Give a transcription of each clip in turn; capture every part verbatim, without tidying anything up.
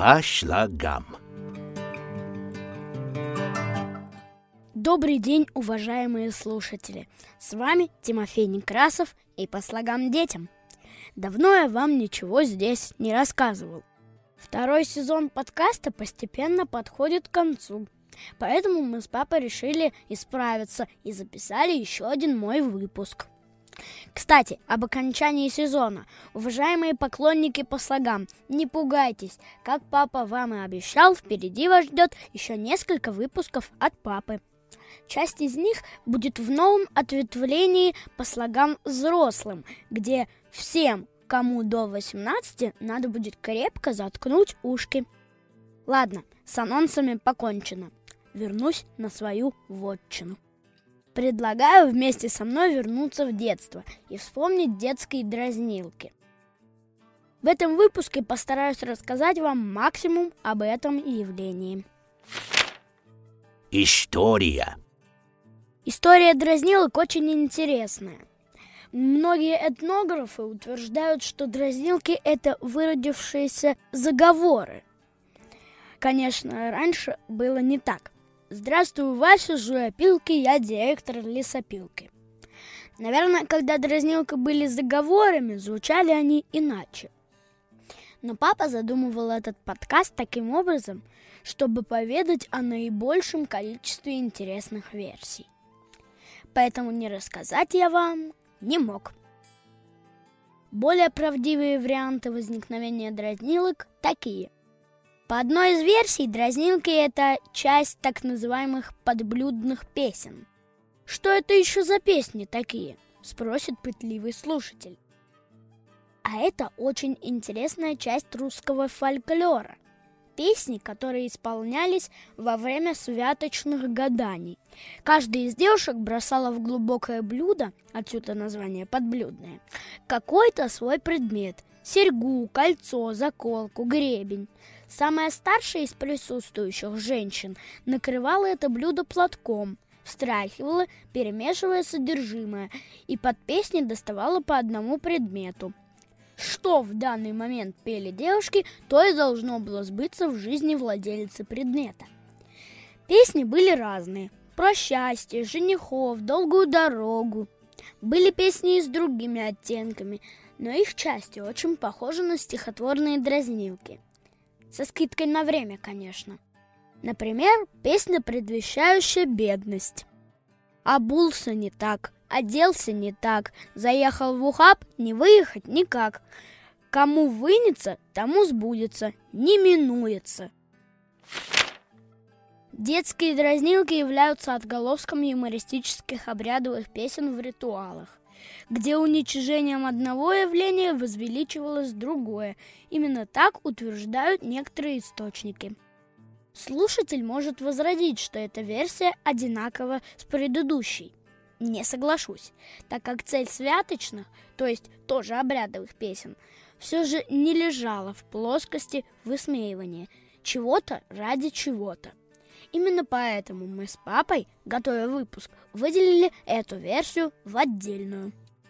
по слогам. Добрый день, уважаемые слушатели! С вами Тимофей Некрасов и по слогам детям. Давно я вам ничего здесь не рассказывал. Второй сезон подкаста постепенно подходит к концу, поэтому мы с папой решили исправиться и записали еще один мой выпуск. Кстати, об окончании сезона. Уважаемые поклонники по слогам, не пугайтесь. Как папа вам и обещал, впереди вас ждет еще несколько выпусков от папы. Часть из них будет в новом ответвлении по слогам взрослым, где всем, кому до восемнадцати, надо будет крепко заткнуть ушки. Ладно, с анонсами покончено. Вернусь на свою вотчину. Предлагаю вместе со мной вернуться в детство и вспомнить детские дразнилки. В этом выпуске постараюсь рассказать вам максимум об этом явлении. История. История дразнилок очень интересная. Многие этнографы утверждают, что дразнилки – это выродившиеся заговоры. Конечно, раньше было не так. Здравствуй, Вася, жуй опилки, я директор лесопилки. Наверное, когда дразнилки были заговорами, звучали они иначе. Но папа задумывал этот подкаст таким образом, чтобы поведать о наибольшем количестве интересных версий. Поэтому не рассказать я вам не мог. Более правдивые варианты возникновения дразнилок такие. По одной из версий, дразнилки – это часть так называемых подблюдных песен. Что это еще за песни такие? Спросит пытливый слушатель. А это очень интересная часть русского фольклора. Песни, которые исполнялись во время святочных гаданий. Каждая из девушек бросала в глубокое блюдо, отсюда название подблюдное, какой-то свой предмет – серьгу, кольцо, заколку, гребень. Самая старшая из присутствующих женщин накрывала это блюдо платком, встряхивала, перемешивая содержимое, и под песни доставала по одному предмету. Что в данный момент пели девушки, то и должно было сбыться в жизни владельца предмета. Песни были разные. Про счастье, женихов, долгую дорогу. Были песни и с другими оттенками, но их части очень похожи на стихотворные дразнилки. Со скидкой на время, конечно. Например, песня, предвещающая бедность. Обулся не так, оделся не так, заехал в ухаб, не выехать никак. Кому вынется, тому сбудется, не минуется. Детские дразнилки являются отголоском юмористических обрядовых песен в ритуалах, где уничижением одного явления возвеличивалось другое. Именно так утверждают некоторые источники. Слушатель может возразить, что эта версия одинакова с предыдущей. Не соглашусь, так как цель святочных, то есть тоже обрядовых песен, все же не лежала в плоскости высмеивания чего-то ради чего-то. Именно поэтому мы с папой, готовя выпуск, выделили эту версию в отдельную.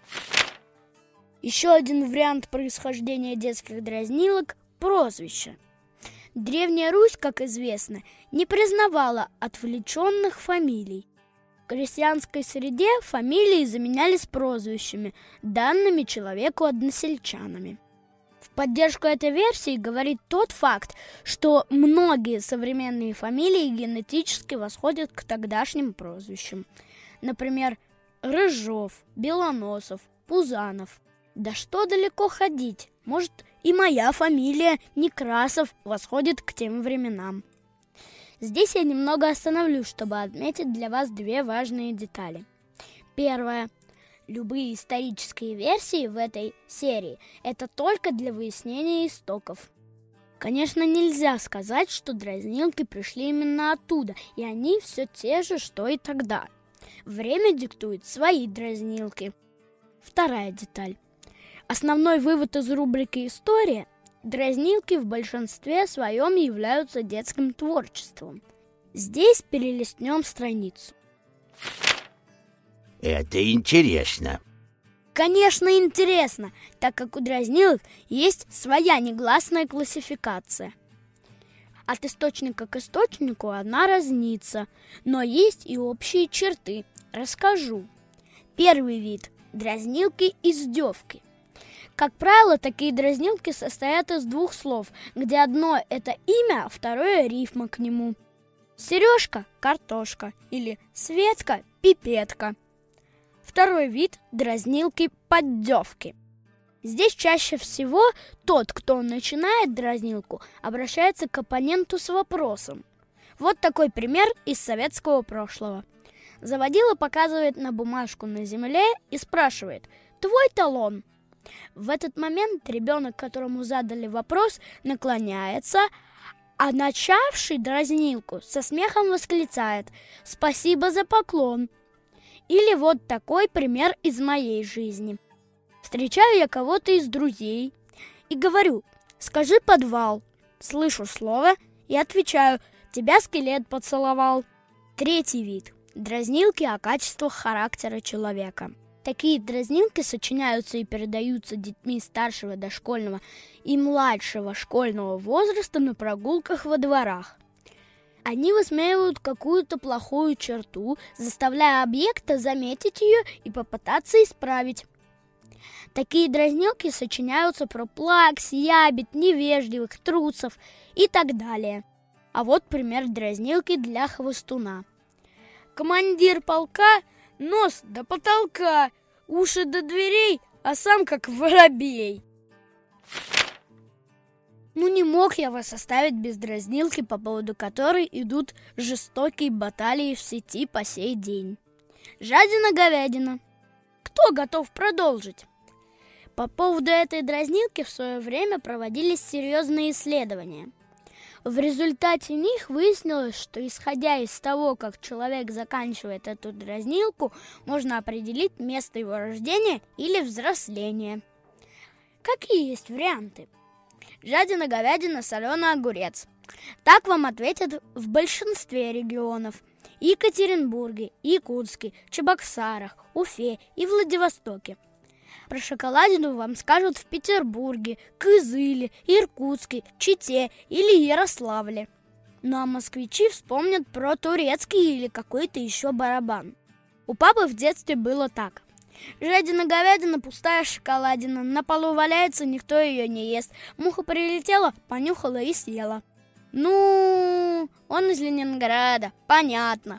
Еще один вариант происхождения детских дразнилок – прозвище. Древняя Русь, как известно, не признавала отвлеченных фамилий. В крестьянской среде фамилии заменялись прозвищами, данными человеку односельчанами. В поддержку этой версии говорит тот факт, что многие современные фамилии генетически восходят к тогдашним прозвищам. Например, Рыжов, Белоносов, Пузанов. Да что далеко ходить, может, и моя фамилия Некрасов восходит к тем временам. Здесь я немного остановлюсь, чтобы отметить для вас две важные детали. Первое. Любые исторические версии в этой серии – это только для выяснения истоков. Конечно, нельзя сказать, что дразнилки пришли именно оттуда, и они все те же, что и тогда. Время диктует свои дразнилки. Вторая деталь. Основной вывод из рубрики «История» – дразнилки в большинстве своем являются детским творчеством. Здесь перелистнем страницу. Это интересно. Конечно, интересно, так как у дразнилок есть своя негласная классификация. От источника к источнику она разнится, но есть и общие черты. Расскажу. Первый вид – дразнилки и издевки. Как правило, такие дразнилки состоят из двух слов, где одно – это имя, а второе – рифма к нему. Сережка – картошка или Светка – пипетка. Второй вид – дразнилки-поддевки. Здесь чаще всего тот, кто начинает дразнилку, обращается к оппоненту с вопросом. Вот такой пример из советского прошлого. Заводила показывает на бумажку на земле и спрашивает: «Твой талон?» В этот момент ребенок, которому задали вопрос, наклоняется, а начавший дразнилку со смехом восклицает: «Спасибо за поклон!» Или вот такой пример из моей жизни. Встречаю я кого-то из друзей и говорю: «Скажи подвал». Слышу слово и отвечаю: «Тебя скелет поцеловал». Третий вид – дразнилки о качествах характера человека. Такие дразнилки сочиняются и передаются детьми старшего дошкольного и младшего школьного возраста на прогулках во дворах. Они высмеивают какую-то плохую черту, заставляя объекта заметить ее и попытаться исправить. Такие дразнилки сочиняются про плакс, ябед, невежливых, трусов и так далее. А вот пример дразнилки для хвостуна. Командир полка – нос до потолка, уши до дверей, а сам как воробей. Ну не мог я вас оставить без дразнилки, по поводу которой идут жестокие баталии в сети по сей день. Жадина-говядина. Кто готов продолжить? По поводу этой дразнилки в свое время проводились серьезные исследования. В результате них выяснилось, что исходя из того, как человек заканчивает эту дразнилку, можно определить место его рождения или взросления. Какие есть варианты? Жадина, говядина, соленый огурец. Так вам ответят в большинстве регионов. Екатеринбурге, Якутске, Чебоксарах, Уфе и Владивостоке. Про шоколадину вам скажут в Петербурге, Кызыле, Иркутске, Чите или Ярославле. Ну а москвичи вспомнят про турецкий или какой-то еще барабан. У папы в детстве было так. Жадина-говядина, пустая шоколадина. На полу валяется, никто ее не ест. Муха прилетела, понюхала и съела. Ну, он из Ленинграда, понятно.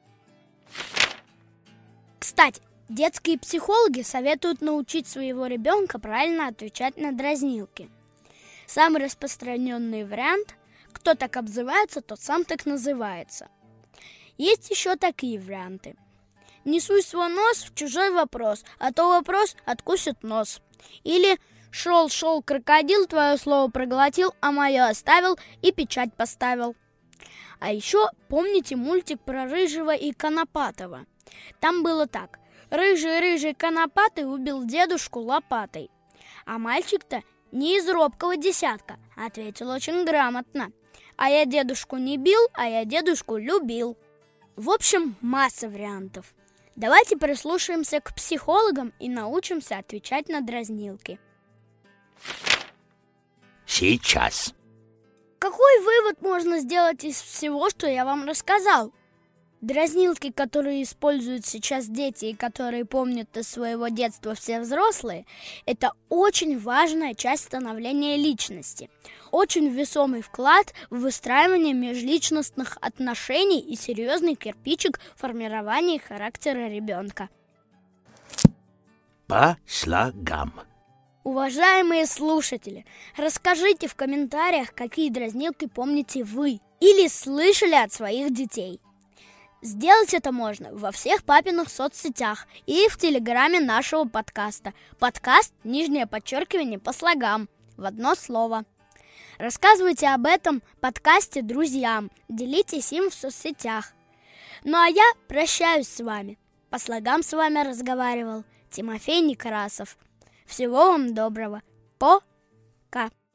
Кстати, детские психологи советуют научить своего ребенка правильно отвечать на дразнилки. Самый распространенный вариант: кто так обзывается, тот сам так называется. Есть еще такие варианты. Не суй свой нос в чужой вопрос, а то вопрос откусит нос. Или шел-шел крокодил, твое слово проглотил, а мое оставил и печать поставил. А еще помните мультик про Рыжего и Конопатого? Там было так. Рыжий-рыжий Конопатый убил дедушку лопатой. А мальчик-то не из робкого десятка, ответил очень грамотно. А я дедушку не бил, а я дедушку любил. В общем, масса вариантов. Давайте прислушаемся к психологам и научимся отвечать на дразнилки. Сейчас. Какой вывод можно сделать из всего, что я вам рассказал? Дразнилки, которые используют сейчас дети и которые помнят из своего детства все взрослые, это очень важная часть становления личности. Очень весомый вклад в выстраивание межличностных отношений и серьезный кирпичик в формировании характера ребенка. По слогам. Уважаемые слушатели, расскажите в комментариях, какие дразнилки помните вы или слышали от своих детей. Сделать это можно во всех папиных соцсетях и в телеграме нашего подкаста. Подкаст, нижнее подчеркивание, по слогам, в одно слово. Рассказывайте об этом подкасте друзьям, делитесь им в соцсетях. Ну а я прощаюсь с вами. По слогам с вами разговаривал Тимофей Некрасов. Всего вам доброго. Пока.